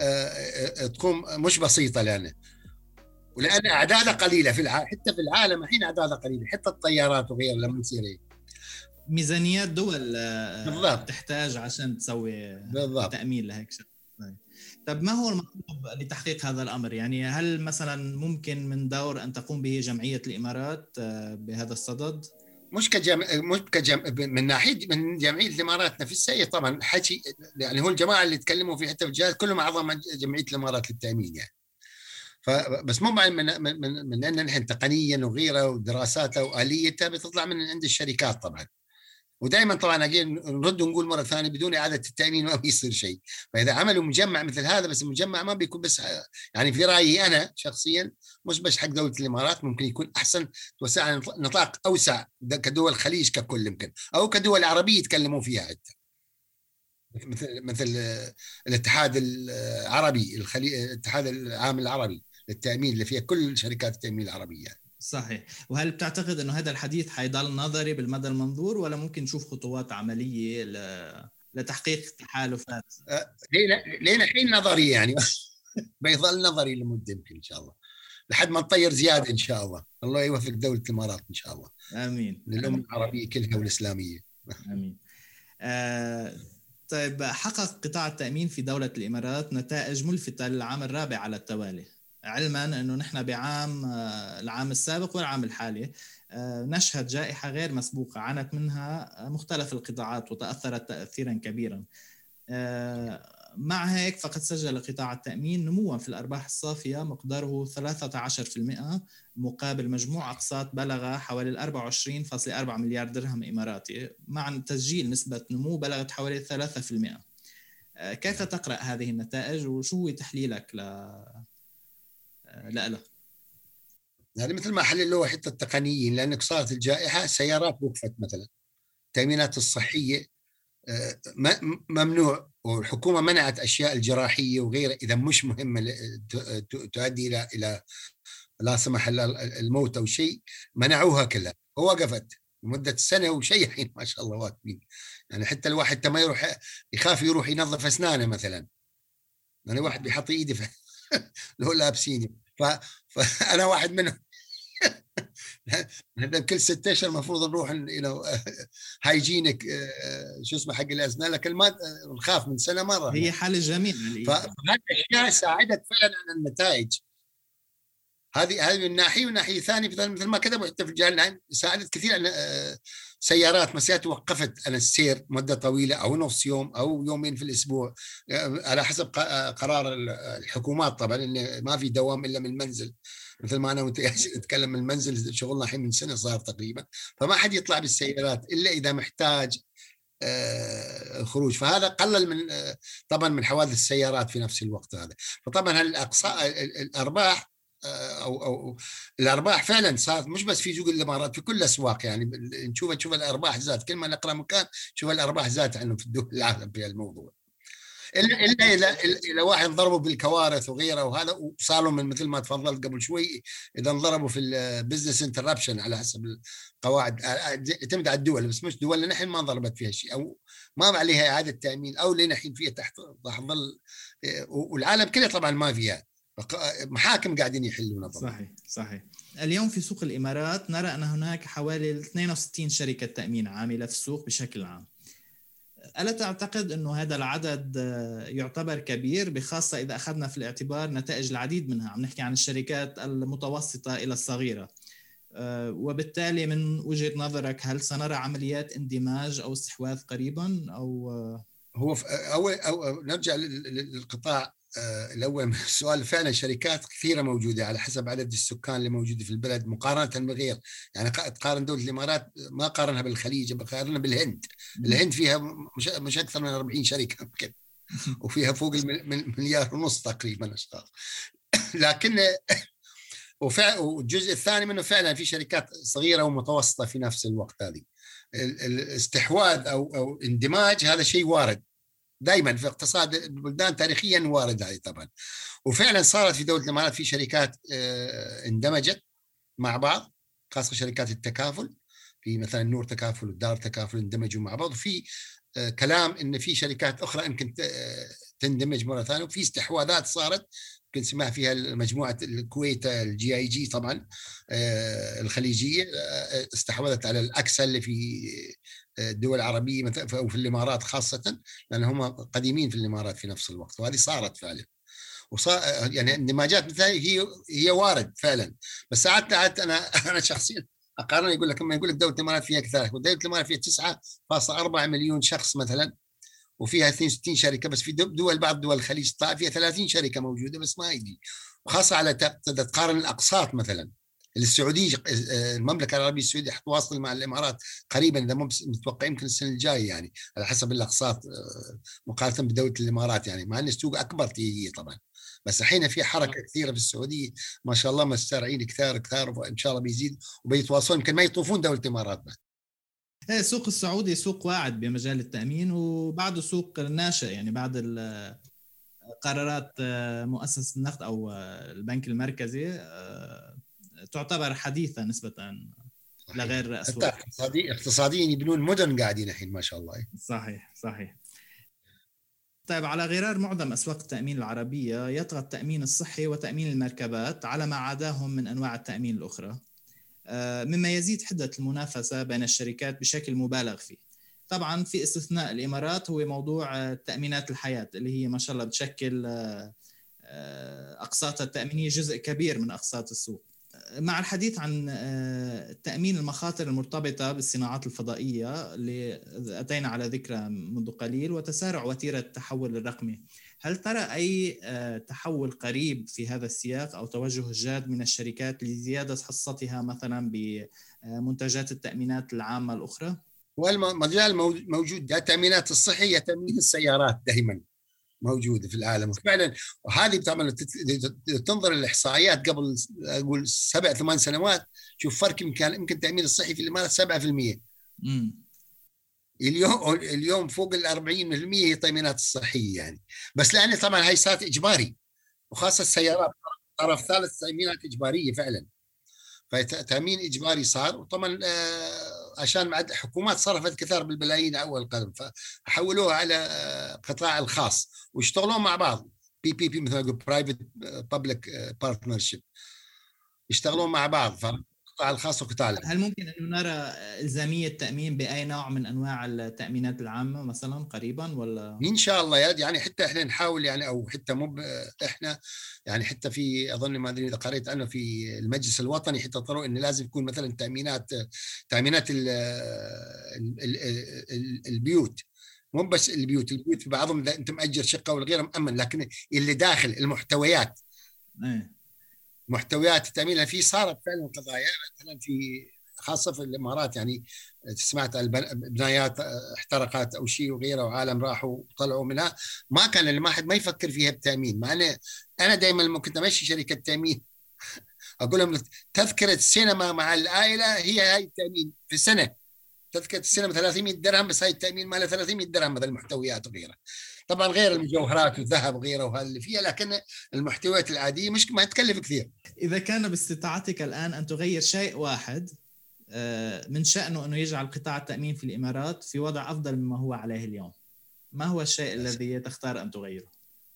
تقوم مش بسيطة، لان ولان اعدادها قليلة في العالم، حتى في العالم الحين اعدادها قليلة، حتى الطيارات وغيرها لما تصير هيك ميزانيات دول بالضبط تحتاج عشان تسوي بالضبط تأمين لهيك شيء. طب ما هو المطلوب لتحقيق هذا الأمر؟ يعني هل مثلا ممكن من دور أن تقوم به جمعية الإمارات بهذا الصدد؟ مش كجم... مش كجم... من ناحية من جمعية الإمارات نفسها طبعا حكي، يعني هو الجماعة اللي تكلموا في حتى في الجهاز كلهم أعضاء جمعية الإمارات للتأمين يعني. فبس مو من من من, من أن نحن تقنيا وغيره ودراساتها وآليتها بتطلع من عند الشركات طبعا. ودائما طبعا اجي نرد ونقول مره ثانيه بدون اعاده التامين ما بيصير شيء. فاذا عملوا مجمع مثل هذا، بس المجمع ما بيكون بس، يعني في رايي انا شخصيا مش بس حق دوله الامارات، ممكن يكون احسن توسع نطاق اوسع كدول الخليج ككل يمكن، او كدول عربيه يتكلموا فيها حتى، مثل مثل الاتحاد العربي الخليج، الاتحاد العام العربي للتامين اللي فيها كل شركات التامين العربيه يعني. صحيح. وهل بتعتقد انه هذا الحديث حيضل نظري بالمدى المنظور، ولا ممكن نشوف خطوات عمليه ل... لتحقيق تحالفات؟ أه لينا لينا حين نظري يعني بيظل نظري لمده يمكن ان شاء الله لحد ما نطير زياده ان شاء الله. الله يوفق دوله الامارات ان شاء الله. امين. للامه العربيه كلها والاسلاميه. امين. آه طيب، حقق قطاع التامين في دوله الامارات نتائج ملفته للعام الرابع على التوالي، علما أنه نحن بعام العام السابق والعام الحالي نشهد جائحة غير مسبوقة عانت منها مختلف القطاعات وتأثرت تأثيرا كبيرا. مع هيك فقد سجل قطاع التأمين نموا في الأرباح الصافية مقداره ثلاثة عشر بالمئة مقابل مجموع أقساط بلغ حوالي أربعة وعشرين فاصلة أربعة مليار درهم إماراتي، مع تسجيل نسبة نمو بلغت حوالي ثلاثة بالمئة. كيف تقرأ هذه النتائج وشو هو تحليلك ل لا لا يعني مثل ما حللوها حتى التقنيين، لأنك صارت الجائحة سيارات وقفت مثلا، التأمينات الصحية ممنوع، والحكومة منعت أشياء الجراحية وغيرها إذا مش مهمة تؤدي إلى إلى لا سمح الله الموت أو شيء، منعوها كلها ووقفت. لمده سنه وشيء الحين ما شاء الله واقفين. يعني حتى الواحد ما يروح يخاف يروح ينظف اسنانه مثلا، يعني واحد بيحط ايدي في لو لابسيني. ف... فانا واحد منهم. كل ستة اشهر المفروض نروح الى هايجينك شو اسمه حق الاسنان، لكن ما نخاف من سنه مره. هي حاله جميله. فهذه الاشياء ساعدت فعلا على النتائج. هذه هذه من ناحيه، ومن ناحيه ثانيه مثل ما كتبوا حتى في الجهه ساعدت كثير ان سيارات مسيات وقفت عن السير مده طويله او نص يوم او يومين في الاسبوع على حسب قرار الحكومات طبعا، ان ما في دوام الا من المنزل. مثل ما انا وانت نتكلم من المنزل، شغلنا الحين من سنه صار تقريبا، فما حد يطلع بالسيارات الا اذا محتاج الخروج. فهذا قلل من طبعا من حوادث السيارات في نفس الوقت هذا. فطبعا الاقصاء الارباح او او الارباح فعلا صارت مش بس في سوق الامارات، في كل الاسواق. يعني نشوف نشوف الارباح زادت، كل ما نقرا مكان شوف الارباح زادت عنهم في الدول العالم في الموضوع. الا الا اذا اذا واحد ضربوا بالكوارث وغيره وهذا، وصار لهم مثل ما تفضلت قبل شوي، اذا انضربوا في البزنس انتربشن على حسب القواعد تعتمد على الدول، بس مش دولنا نحن ما ضربت فيها شيء او ما عليها اعاده تامين او لنحن فيها تحت ظل، والعالم كله طبعا ما فيها محاكم قاعدين يحلونها طبعا. صحيح صحيح. اليوم في سوق الامارات نرى ان هناك حوالي اثنين وستين شركه تامين عامله في السوق بشكل عام. ألا تعتقد أنه هذا العدد يعتبر كبير، بخاصة إذا أخذنا في الاعتبار نتائج العديد منها؟ عم نحكي عن الشركات المتوسطة إلى الصغيرة، وبالتالي من وجهة نظرك هل سنرى عمليات اندماج أو استحواذ قريبا أو هو أول أو نرجع للقطاع الأول من السؤال. فعلا شركات كثيرة موجودة على حسب عدد السكان اللي موجودة في البلد مقارنة بغير. يعني تقارن دولة الإمارات ما قارنها بالخليج، بقارنها بالهند. الهند فيها مش, مش أكثر من أربعين شركة ممكن، وفيها فوق المليار ونص تقريبا أشخاص. لكن والجزء الثاني منه فعلا في شركات صغيرة ومتوسطة في نفس الوقت. هذه الاستحواذ أو أو اندماج هذا شيء وارد دائما في اقتصاد البلدان، تاريخيا وارد هذه طبعا. وفعلا صارت في دولة الإمارات في شركات اندمجت مع بعض، خاصة شركات التكافل، في مثلا نور تكافل والدار تكافل اندمجوا مع بعض. وفي كلام ان في شركات اخرى يمكن تندمج مرة ثانية، وفي استحواذات صارت يمكن سمع فيها مجموعة الكويت الجي اي جي طبعا الخليجية استحوذت على الأكسا اللي في الدول العربية أو في الإمارات خاصة، لأن هم قديمين في الإمارات في نفس الوقت، وهذه صارت فعلا. وصار يعني اندماجات مثل هي هي وارد فعلا. بس ساعات ساعات أنا أنا شخصيا أقارن، يقول لك لما يقول لك دولة الإمارات فيها كذا، ودولة الإمارات فيها تسعة فاصلة أربعة مليون شخص مثلا، وفيها اثنين وستين شركة. بس في دول بعض دول الخليج فيها ثلاثين شركة موجودة بس ما يجي. وخاصة على تقارن الأقساط مثلا، السعودية المملكة العربية السعودية حتواصل مع الإمارات قريبا، إذا مو متوقع يمكن السنة الجاية يعني على حسب الأقساط مقارنة بدولة الإمارات. يعني مع أن السوق أكبر تيجي طبعا، بس الحين في حركة كثيرة في السعودية ما شاء الله، مسترعين كثار كثار، وإن شاء الله بيزيد وبيتواصلون، يمكن ما يطوفون دولة الإمارات بس. السوق السعودي سوق واعد بمجال التأمين، وبعده سوق ناشئ يعني بعد قرارات مؤسسة النقد أو البنك المركزي تعتبر حديثة نسبة لغير أسواق. اقتصادي اقتصاديين يبنون مدن قاعدين الحين ما شاء الله. صحيح صحيح. طيب، على غرار معظم أسواق التأمين العربية يطغى التأمين الصحي وتأمين المركبات على ما عداهم من أنواع التأمين الأخرى، مما يزيد حدة المنافسة بين الشركات بشكل مبالغ فيه. طبعا في استثناء الإمارات هو موضوع تأمينات الحياة اللي هي ما شاء الله بتشكل أقساط التأمينية جزء كبير من أقساط السوق. مع الحديث عن تأمين المخاطر المرتبطة بالصناعات الفضائية اللي أتينا على ذكرها منذ قليل وتسارع وتيرة التحول الرقمي، هل ترى أي تحول قريب في هذا السياق أو توجه جاد من الشركات لزيادة حصتها مثلا بمنتجات التأمينات العامة الأخرى؟ والمجال موجود، التأمينات الصحية، تأمين السيارات دائما موجودة في العالم فعلا. وهذه طبعا تنظر الإحصائيات قبل أقول سبع ثمان سنوات، شوف فرق يمكن يمكن تأمين الصحي في الإمارات سبعة في المية. اليوم اليوم فوق الأربعين بالمية هي التأمينات الصحية يعني. بس لأن طبعا هاي صارت إجباري، وخاصة السيارات طرف ثالث تأمينات إجبارية فعلا، فتأمين إجباري صار. وطبعا عشان بعد حكومات صرفت كثار بالبلايين اول قدم، فحولوها على القطاع الخاص واشتغلوا مع بعض، بي بي بي مثل برايفت بابليك بارتنرشيب، يشتغلون مع بعض فالقطاع الخاص والقطاع العام. هل ممكن انه نرى الزاميه التامين باي نوع من انواع التامينات العامه مثلا قريبا ولا؟ ان شاء الله يعني حتى احنا نحاول يعني، او حتى مو احنا يعني، حتى في اظن ما ادري اذا قريت عنه في المجلس الوطني، حتى طلعوا انه لازم يكون مثلا تامينات تامينات ال ال ال البيوت، مو بس البيوت، البيوت في بعضهم اذا انت مأجر شقه ولا غيره مأمن، لكن اللي داخل المحتويات ايه محتويات التامين في صارت فعلا قضايا مثلا في خاصه في الامارات، يعني سمعت البنايات احترقت او شيء وغيره وعالم راحوا وطلعوا منها، ما كان اللي ما حد ما يفكر فيها بتامين. مع انا انا دائما لما كنت امشي شركه تامين اقول لهم تذكره السينما مع العائله هي هاي التامين في السنه، تذكره السينما ثلاثمية درهم بس، هاي التامين مالها ثلاثمية درهم مثل المحتويات وغيرها، طبعا غير المجوهرات والذهب وغيره وهذا اللي فيها، لكن المحتويات العاديه مش ما تكلف كثير. اذا كان باستطاعتك الان ان تغير شيء واحد من شأنه أنه يجعل قطاع التأمين في الإمارات في وضع أفضل مما هو عليه اليوم، ما هو الشيء الذي تختار أن تغيره؟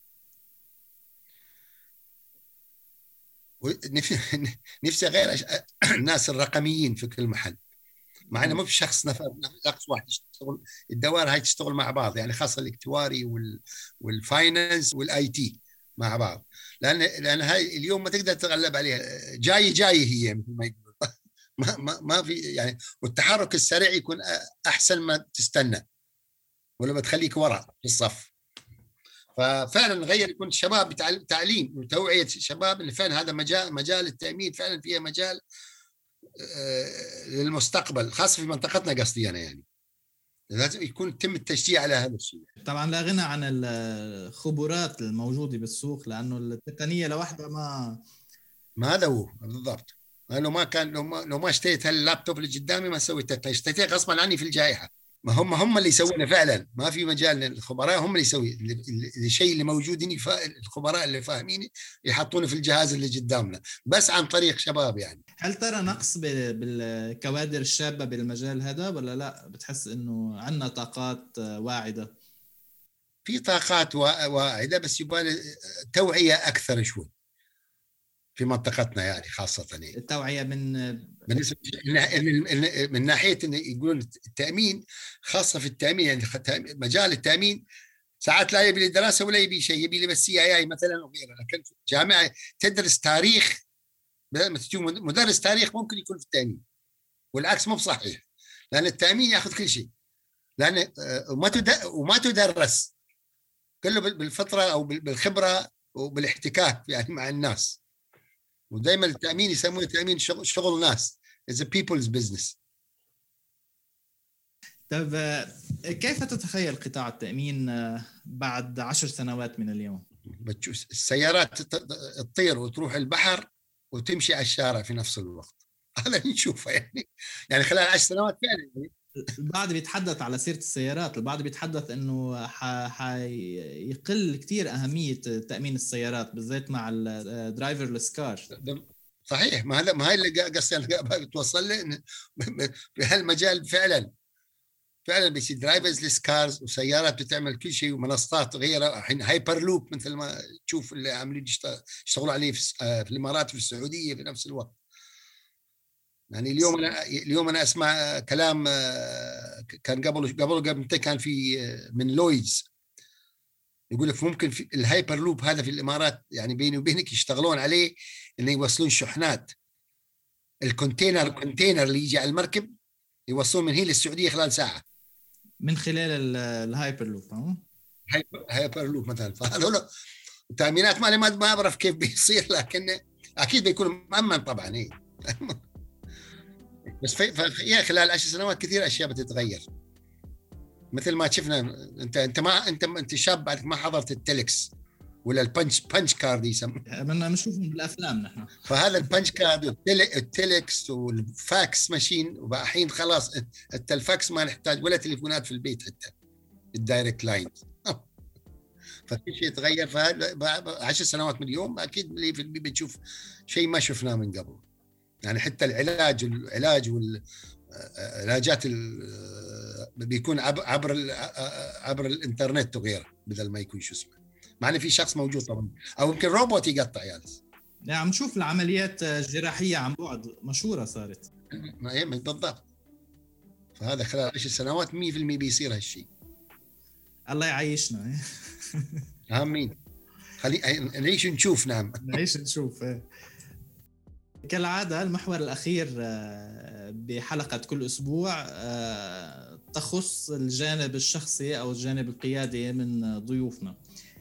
نفسي أغير الناس الرقميين في كل محل، مع أنه مو بشخص شخص واحد يشتغل، الدوائر هاي تشتغل مع بعض، يعني خاصة الاكتواري والفاينانس والاي تي مع بعض، لأن لأن هاي اليوم ما تقدر تتغلب عليها، جاي جاي هي مثل ما يقول ما ما ما في يعني، والتحرك السريع يكون احسن ما تستنى ولا بتخليك وراء في الصف. ففعلا نغير، يكون الشباب تعليم وتوعيه الشباب اللي فعلا هذا مجال مجال التامين فعلا فيها مجال للمستقبل، خاصه في منطقتنا قصدي انا، يعني لازم يكون تم التشجيع على هذا الشيء. طبعا لا غنى عن الخبرات الموجوده بالسوق، لانه التقنيه لوحدها ما ما هذا هو بالضبط. لو ما كان لو ما لو ما اشتريت هاللابتوب اللي قدامي ما سويته، اشتريته غصبا عني في الجائحه. ما هم هم اللي يسوونه فعلا، ما في مجال للخبراء، هم اللي يسوي الشيء اللي موجودين، الخبراء اللي فاهمين يحطونه في الجهاز اللي قدامنا، بس عن طريق شباب يعني. هل ترى نقص بالكوادر الشابه بالمجال هذا ولا لا؟ بتحس انه عندنا طاقات واعده؟ في طاقات واعده بس يبغى توعيه اكثر شوي في منطقتنا يعني، خاصة يعني التوعية من بالنسبة من, من ناحية إن يقولون التأمين، خاصة في التأمين يعني مجال التأمين ساعات لا يبي لي دراسة ولا يبي شيء، يبي لي بس سي اي اي مثلا وغيره، لكن في جامعة تدرس تاريخ، بدل ما تجي مدرس تاريخ ممكن يكون في التأمين، والعكس مو بصحيح، لأن التأمين يأخذ كل شيء، لأن وما وما تدرس كله بالفطرة أو بالخبرة وبالاحتكاك يعني مع الناس. ودائما التأمين يسمونه التأمين شغل, شغل ناس، it's a people's business. طيب كيف تتخيل قطاع التأمين بعد عشر سنوات من اليوم؟ بتشوف السيارات تطير وتروح البحر وتمشي على الشارع في نفس الوقت، هذا نشوفه يعني يعني خلال عشر سنوات فعلا يعني. البعض بيتحدث على سيرة السيارات، البعض بيتحدث انه حيقل كتير أهمية تأمين السيارات بالذات مع الدرايفرلس كار. صحيح، ما هذا ما هاي اللي قصدي انا توصل له في هالمجال فعلا فعلا بيصير درايفرلس كارز وسيارات بتعمل كل شيء ومنصات غيره، الحين هايبر لوب مثل ما تشوف اللي عاملين يشتغلوا عليه في, في الامارات وفي السعوديه في نفس الوقت. يعني اليوم انا اليوم انا اسمع كلام كان قبل قبل قبل كان في من لويدز يقول لك ممكن في الهايبر لوب هذا في الامارات يعني بيني وبينك يشتغلون عليه انه يوصلون شحنات، الكونتينر الكونتينر اللي يجي على المركب يوصلون من هي للسعوديه خلال ساعه من خلال الهايبر لوب. ها هايبر لوب مثلا، فهذول التامينات ما ما ما اعرف كيف بيصير، لكن اكيد بيكون مأمن طبعا ايه بس في خلال عشر سنوات كثير اشياء بتتغير، مثل ما شفنا. انت انت ما انت انت شاب بعدك ما حضرت التلكس ولا البنش بنش كارد يسمى، بدنا نشوفهم بالافلام نحن. فهذا البنش كارد والتلكس والفاكس ماشين، وبحين خلاص حتى الفاكس ما نحتاج ولا تليفونات في البيت، حتى الدايركت لاين فكل شيء يتغير. فهذا عشر سنوات من اليوم اكيد اللي في البيت بنشوف شيء ما شفناه من قبل، يعني حتى العلاج العلاج علاجات بيكون عبر عبر الانترنت وغيره بدل ما يكون شو اسمه، معنى في شخص موجود طبعا، او يمكن روبوت يقطع يالس. يعني عم نشوف العمليات الجراحيه عن بعد مشهوره صارت. اي بالضبط. فهذا خلال عشر سنوات مية بالمية بيصير هالشيء. الله يعيشنا. امين. خلي نعيش نشوف. نعم نعيش نشوف. كالعادة المحور الأخير بحلقة كل أسبوع تخص الجانب الشخصي أو الجانب القيادي من ضيوفنا.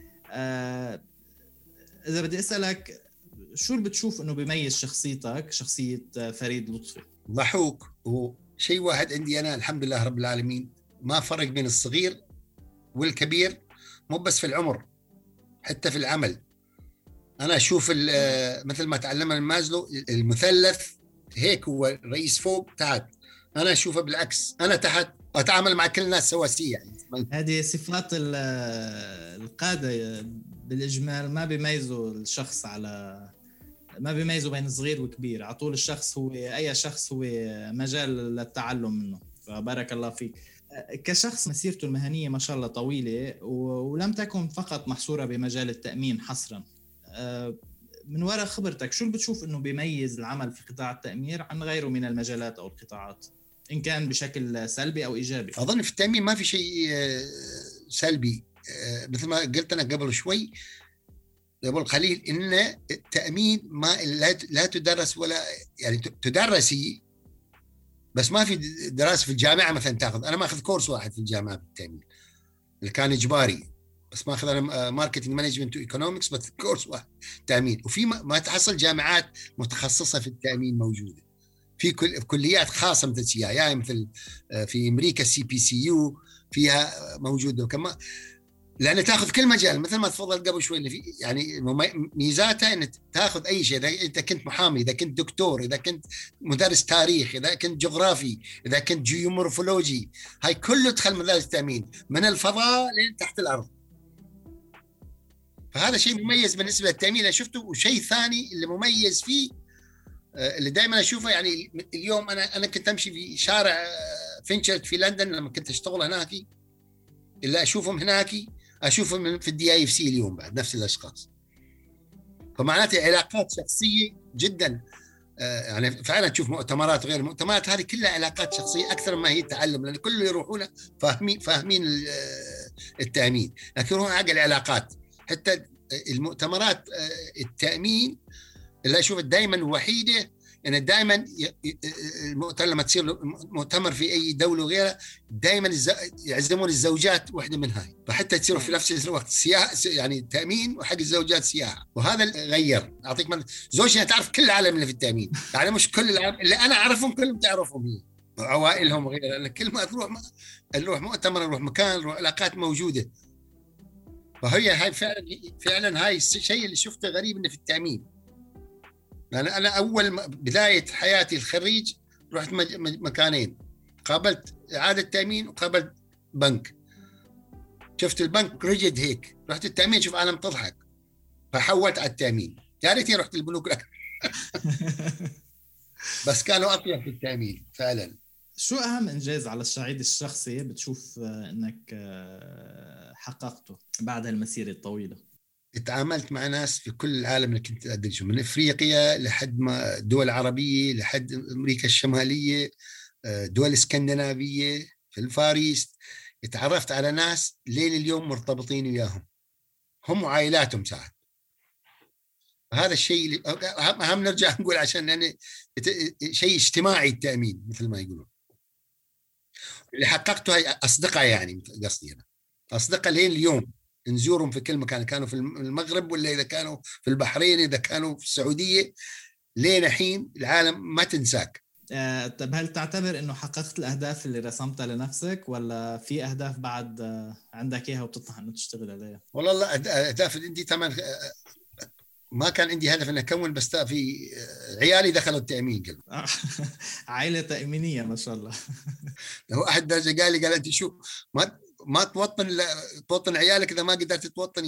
إذا بدي أسألك شو اللي بتشوف أنه بيميز شخصيتك، شخصية فريد لطفي؟ ضحوك. وشيء واحد عندي أنا الحمد لله رب العالمين، ما فرق بين الصغير والكبير، مو بس في العمر حتى في العمل. أنا أشوف مثل ما تعلمنا مازلو المثلث هيك، هو الرئيس فوق تحت، أنا أشوفه بالعكس، أنا تحت وأتعامل مع كل الناس سواسية يعني. هذه صفات القادة بالإجمال، ما بيميزوا الشخص على ما بيميزوا بين صغير وكبير، على طول الشخص هو أي شخص هو مجال للتعلم منه. فبارك الله فيك. كشخص مسيرته المهنية ما شاء الله طويلة، ولم تكن فقط محصورة بمجال التأمين حصرا. من وراء خبرتك شو اللي بتشوف انه بيميز العمل في قطاع التأمين عن غيره من المجالات او القطاعات، ان كان بشكل سلبي او ايجابي؟ اظن في التأمين ما في شيء سلبي، مثل ما قلت انا قبل شوي قبل قليل، ان التأمين ما لا تدرس ولا يعني تدرسي، بس ما في دراسة في الجامعة مثلا تاخذ. انا ما اخذ كورس واحد في الجامعة بالتأمين اللي كان اجباري، بس ما اخذ انا ماركتنج مانجمنت وايكونومكس، بس كورس واحد تأمين. وفي ما تحصل جامعات متخصصة في التأمين موجودة، في كل في كليات خاصة مثل سي اي اي، مثل في امريكا سي بي سي يو فيها موجودة. وكما لأن تأخذ كل مجال مثل ما تفضل قبل شوي، اللي في يعني ميزاتها أن تأخذ أي شيء. إذا أنت كنت محامي، إذا كنت دكتور، إذا كنت مدرس تاريخ، إذا كنت جغرافي، إذا كنت جيومورفولوجي، هاي كله تدخل مجال التأمين من الفضاء لين تحت الأرض. فهذا شيء مميز بالنسبة للتأمين اللي شفته. وشيء ثاني اللي مميز فيه اللي دائما أشوفه، يعني اليوم أنا أنا كنت أمشي في شارع فينشرت في لندن لما كنت أشتغل هناك، اللي أشوفهم هناك أشوفهم في الدي اي اف سي اليوم بعد نفس الأشخاص. فمعناته علاقات شخصية جدا، يعني فعلا تشوف مؤتمرات غير المؤتمرات هذه كلها علاقات شخصية أكثر ما هي تعلم، لأن كله يروحون فاهمين فاهمين التأمين، لكن يروحون حق العلاقات. حتى المؤتمرات التأمين اللي أشوف دائما وحيدة، يعني دائما المؤتمر لما تصير مؤتمر في أي دولة وغيرها دائما يعزمون الزوجات واحدة من هاي، فحتى تصيروا في نفس الوقت سياحة، يعني تأمين وحق الزوجات سياحة. وهذا غير. أعطيك مثلا زوجتي تعرف كل العالم اللي في التأمين، يعني مش كل العالم اللي أنا أعرفهم كلهم تعرفهم هي وعوائلهم وغيرها، لأن كل ما تروح نروح مؤتمر نروح مكان نروح علاقات موجودة. فهي هاي فعلا فعلا هاي الشيء اللي شفته غريب إنه في التأمين. أنا أنا أول بداية حياتي الخريج رحت مكانين، قابلت إعادة تأمين وقابلت بنك. شفت البنك رجد هيك، رحت التأمين شوف عالم تضحك، فحولت على التأمين. يا ريتني رحت البنوك لك. بس كانوا أطيب في التأمين فعلا. شو أهم إنجاز على الصعيد الشخصي بتشوف إنك حققته بعد هالمسيرة الطويلة؟ تعاملت مع ناس في كل العالم اللي كنت أدرسهم، من إفريقيا لحد ما دول عربية، لحد أمريكا الشمالية، دول اسكندنافية، في الفاريست. اتعرفت على ناس لين اليوم مرتبطين وياهم، هم وعائلاتهم ساعات. هذا الشيء اللي أهم نرجع نقول، عشان يعني شيء اجتماعي التأمين مثل ما يقولون. اللي حققته هاي أصدقاء، يعني قصدي أنا أصدقاء لين اليوم نزورهم في كل مكان، كانوا في المغرب ولا إذا كانوا في البحرين، إذا كانوا في السعودية، لين الحين العالم ما تنساك. آه، طب هل تعتبر إنه حققت الأهداف اللي رسمتها لنفسك، ولا في أهداف بعد آه عندك إياها وبتطمح إنه تشتغل عليها؟ والله لا، أهداف عندي تمام. ما كان عندي هدف إن أكون، بس في عيالي دخلوا التأمين قالوا. عائلة تأمينية ما شاء الله. هو أحد درجة قال لي قال أنت شو ما ما توطن توطن عيالك إذا ما قدرت توطن.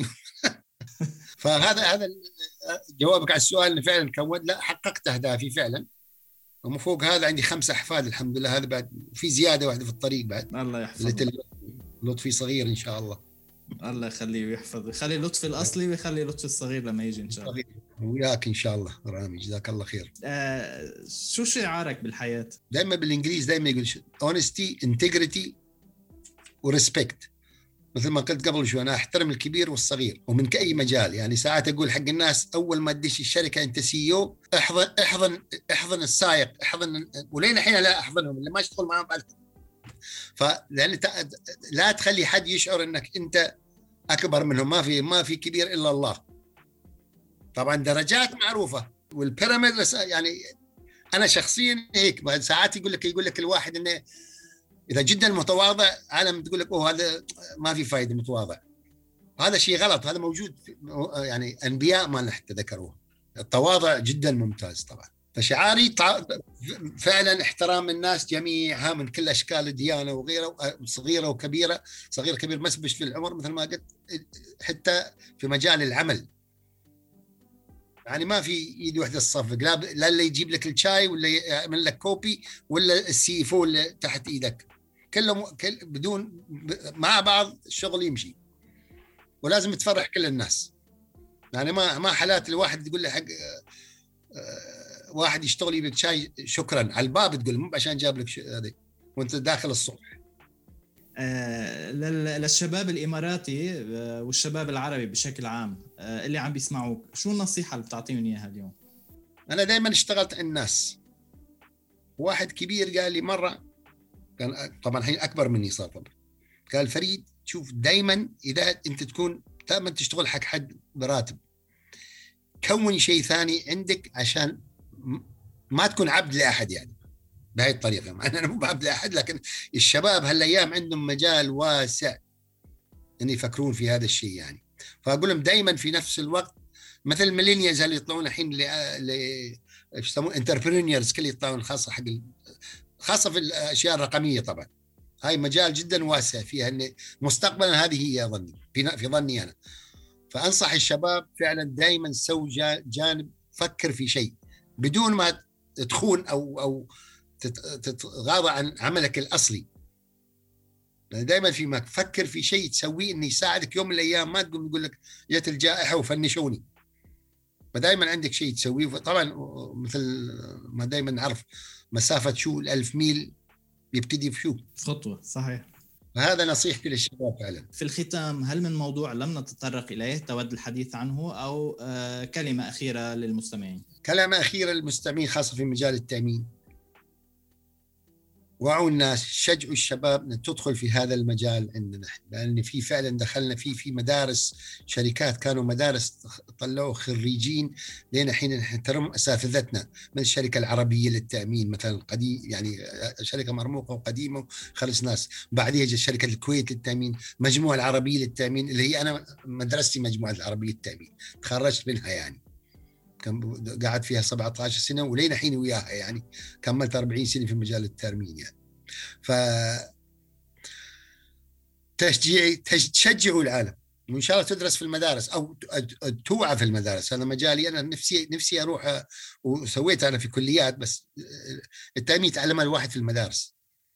فهذا هذا جوابك على السؤال، إن فعلا كون لا حققت أهدافي فعلا، ومن فوق هذا عندي خمسة أحفاد الحمد لله، هذا بعد في زيادة واحدة في الطريق بعد. الله يحفظه. لطفي صغير إن شاء الله. الله يخليه ويحفظه، يخلي لطفي الأصلي ويخلي لطفي الصغير لما يجي إن شاء الله. وياك إن شاء الله رامي، جزاك الله خير. آه شو شعارك بالحياة؟ دائما بالإنجليز دائما يقول honesty, integrity ورespect. مثل ما قلت قبل شوي، أنا أحترم الكبير والصغير ومن كأي مجال. يعني ساعات أقول حق الناس أول ما تدش الشركة أنت سيو، احضن احضن احضن السائق، احضن، ولين الحين لا أحضنهم اللي ما اشتغل معهم بعد. فلأن لا تخلي حد يشعر أنك أنت أكبر منهم. ما في ما في كبير إلا الله. طبعا درجات معروفة والبيراميد، يعني أنا شخصيا هيك. ساعات يقول لك يقول لك الواحد إنه إذا جدا متواضع عالم تقول لك أوه هذا ما في فايدة متواضع. هذا شيء غلط، هذا موجود يعني أنبياء ما حتى ذكروه. التواضع جدا ممتاز طبعا. فشعاري فعلا احترام الناس جميعها من كل أشكال الديانة وغيره، صغيرة وكبيرة. صغير كبير ما يسبش في العمر مثل ما قلت، حتى في مجال العمل. يعني ما في ايد واحده تصفق، لا لا اللي يجيب لك الشاي ولا يعمل لك كوبي ولا السي فو اللي تحت ايدك، كلهم كل بدون مع بعض الشغل يمشي. ولازم تفرح كل الناس. يعني ما ما حالات الواحد تقول له حق واحد يشتغل يبيك شاي شكرا على الباب تقول مو عشان جاب لك هذه وانت داخل الصبح. آه للشباب الإماراتي والشباب العربي بشكل عام آه اللي عم بيسمعوك، شو النصيحة اللي بتعطيهم إياها اليوم؟ أنا دايما اشتغلت الناس. واحد كبير قال لي مرة، كان طبعا الحين أكبر مني صار طبعا، قال فريد شوف دايما إذا أنت تكون دائما تشتغل حق حد براتب، كون شيء ثاني عندك عشان ما تكون عبد لأحد. يعني بهاي الطريقة، مع أنه أنا مو عبد لأحد، لكن الشباب هالأيام عندهم مجال واسع أن يفكرون في هذا الشيء. يعني فأقول لهم دايما في نفس الوقت، مثل الميلينيالز اللي يطلعون الحين اللي يسمون انتربرينيورز، كل يطلعون خاصة حق خاصة في الأشياء الرقمية. طبعا هاي مجال جدا واسع فيها أن مستقبلا هذه هي ظني في ظني أنا. فأنصح الشباب فعلا دايما سوي جانب، فكر في شيء بدون ما تخون أو أو تتغاضى عن عملك الأصلي. دائما في ما تفكر في شيء تسويه إنه يساعدك يوم من الأيام، ما تقوم يقول لك جت الجائحة وفنشوني. فدائما عندك شيء تسويه. طبعا مثل ما دائما نعرف مسافة شو الألف ميل يبتدي في شو خطوة. صحيح. فهذا نصيحتي للشباب فعلا. في الختام، هل من موضوع لم نتطرق إليه تود الحديث عنه، أو آه كلمة أخيرة للمستمعين؟ كلمة أخيرة للمستمعين خاصة في مجال التأمين، وعوا الناس، شجعوا الشباب أن تدخل في هذا المجال عندنا، لأن في فعلا دخلنا فيه في مدارس شركات كانوا مدارس طلعوا خريجين لين حين نحترم أساتذتنا من الشركة العربية للتأمين مثلا قديم، يعني شركة مرموقة وقديمة خلص ناس. بعدها جت شركة الكويت للتأمين، مجموعة العربية للتأمين اللي هي أنا مدرستي مجموعة العربية للتأمين تخرجت منها، يعني كان قاعد فيها سبعة عشر سنة ولين حين وياها، يعني كملت أربعين سنة في مجال التأمين. يعني ف تشجيعي تشجعوا العالم، وإن شاء الله تدرس في المدارس أو توعى في المدارس. هذا مجالي أنا، نفسي نفسي أروح وسويت أنا في كليات، بس التأمين تعلمها الواحد في المدارس.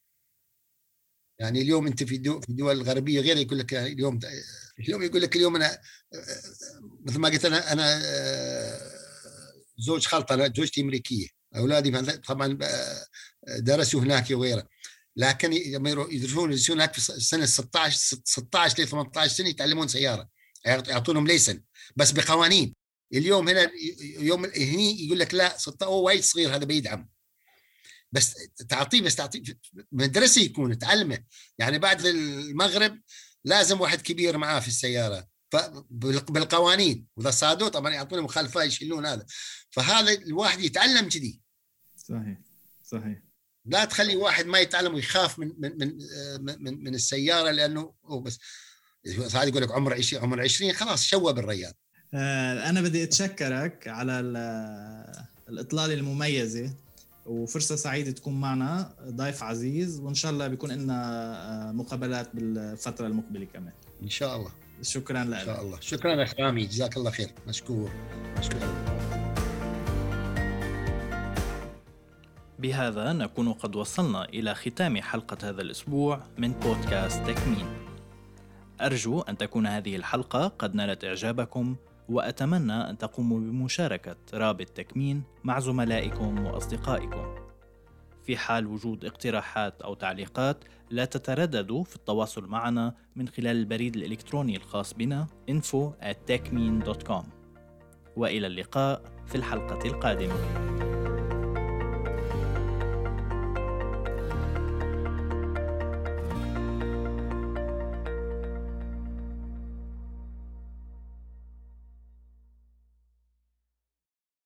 يعني اليوم أنت في الدول, في الدول الغربية غير يقول لك اليوم اليوم يقول لك اليوم أنا مثل ما قلت أنا أنا زوج خلطة، أنا زوجتي أمريكية، أولادي طبعا درسوا هناك وغيره، لكن لما يدرسون يدرسون هناك في السنة ستة عشر ستة عشر ل ثمانية عشر سنة يتعلمون سيارة، يعطونهم ليسن بس بقوانين. اليوم هنا يوم هني يقول لك لا ستة أو وايد صغير هذا بيدعم، بس تعطيه بس تعطيه مدرسة يكون تعلمه. يعني بعد المغرب لازم واحد كبير معاه في السيارة بالقوانين، وإذا صادوا طبعا يعطونه مخالفة يشيلون هذا. فهذا الواحد يتعلم كذي. صحيح صحيح. لا تخلي واحد ما يتعلم ويخاف من من من من, من السيارة، لأنه هو بس صار يقول لك عمر عشرين عمر عشرين خلاص شوب الريال. أنا بدي أتشكرك على الإطلالة المميزة، وفرصة سعيدة تكون معنا ضيف عزيز، وإن شاء الله بيكون لنا مقابلات بالفترة المقبلة كمان إن شاء الله. شكرا لك. إن شاء الله. شكرا أخ رامي، جزاك الله خير. مشكور مشكور. بهذا نكون قد وصلنا إلى ختام حلقة هذا الأسبوع من بودكاست تكمين. أرجو أن تكون هذه الحلقة قد نالت إعجابكم، وأتمنى أن تقوموا بمشاركة رابط تكمين مع زملائكم وأصدقائكم. في حال وجود اقتراحات أو تعليقات لا تترددوا في التواصل معنا من خلال البريد الإلكتروني الخاص بنا info at techmin dot com. وإلى اللقاء في الحلقة القادمة.